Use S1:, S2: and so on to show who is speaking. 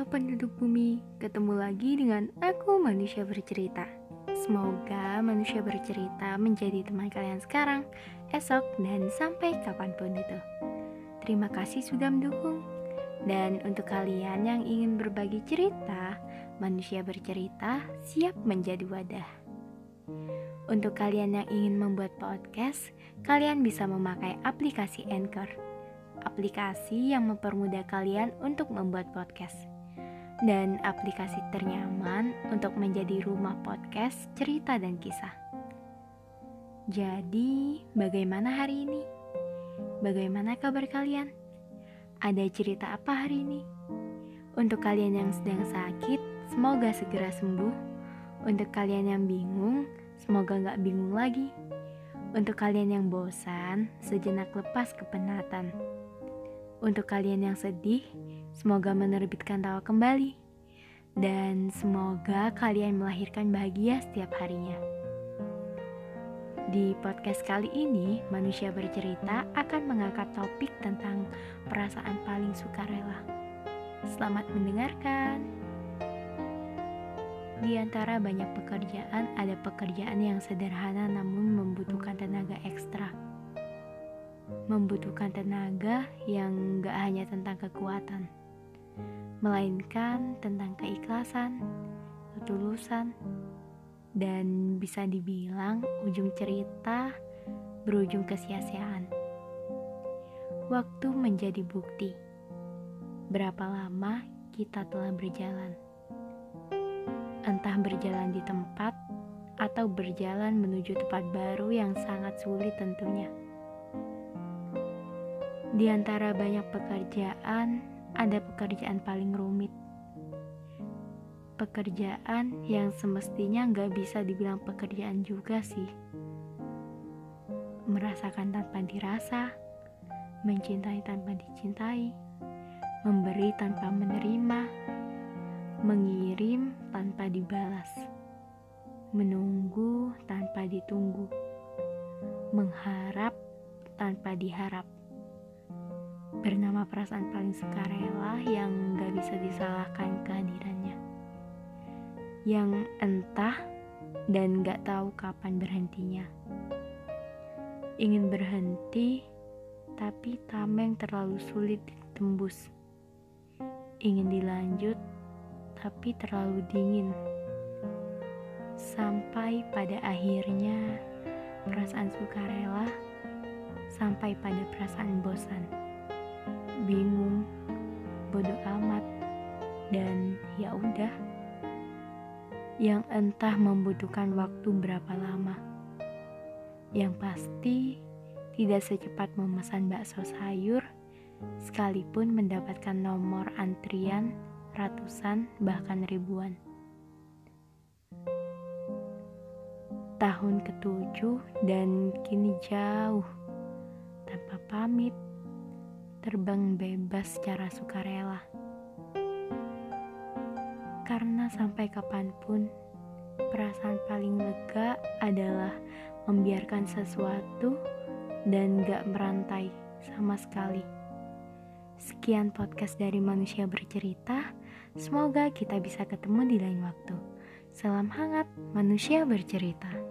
S1: penduduk bumi, ketemu lagi dengan aku manusia bercerita. Semoga manusia bercerita menjadi teman kalian sekarang, esok, dan sampai kapanpun itu. Terima kasih sudah mendukung. Dan untuk kalian yang ingin berbagi cerita, manusia bercerita siap menjadi wadah. Untuk kalian yang ingin membuat podcast, kalian bisa memakai aplikasi Anchor. Aplikasi yang mempermudah kalian untuk membuat podcast. Dan aplikasi ternyaman untuk menjadi rumah podcast, cerita dan kisah. Jadi, bagaimana hari ini? Bagaimana kabar kalian? Ada cerita apa hari ini? Untuk kalian yang sedang sakit, semoga segera sembuh. Untuk kalian yang bingung, semoga gak bingung lagi. Untuk kalian yang bosan, sejenak lepas kepenatan. Untuk kalian yang sedih, semoga menerbitkan tawa kembali. Dan semoga kalian melahirkan bahagia setiap harinya. Di podcast kali ini, Manusia Bercerita akan mengangkat topik tentang perasaan paling sukarela. Selamat mendengarkan. Di antara banyak pekerjaan, ada pekerjaan yang sederhana namun membutuhkan tenaga ekstra. Membutuhkan tenaga yang gak hanya tentang kekuatan, melainkan tentang keikhlasan, ketulusan, dan bisa dibilang ujung cerita berujung kesia-siaan. Waktu menjadi bukti. Berapa lama kita telah berjalan? Entah berjalan di tempat atau berjalan menuju tempat baru yang sangat sulit tentunya. Di antara banyak pekerjaan, ada pekerjaan paling rumit. Pekerjaan yang semestinya gak bisa dibilang pekerjaan juga sih. Merasakan tanpa dirasa, mencintai tanpa dicintai, memberi tanpa menerima, mengirim tanpa dibalas, menunggu tanpa ditunggu, mengharap tanpa diharap. Bernama perasaan paling sukarela yang gak bisa disalahkan kehadirannya, yang entah dan gak tahu kapan berhentinya. Ingin berhenti, tapi tameng terlalu sulit ditembus. Ingin dilanjut, tapi terlalu dingin. Sampai pada akhirnya, perasaan sukarela sampai pada perasaan bosan, bingung, bodoh amat, dan ya udah, yang entah membutuhkan waktu berapa lama. Yang pasti tidak secepat memesan bakso sayur, sekalipun mendapatkan nomor antrian ratusan bahkan ribuan. Tahun ke-7 dan kini jauh, tanpa pamit, terbang bebas secara sukarela. Karena sampai kapanpun, perasaan paling lega adalah membiarkan sesuatu dan gak merantai sama sekali. Sekian podcast dari Manusia Bercerita. Semoga kita bisa ketemu di lain waktu. Salam hangat, Manusia Bercerita.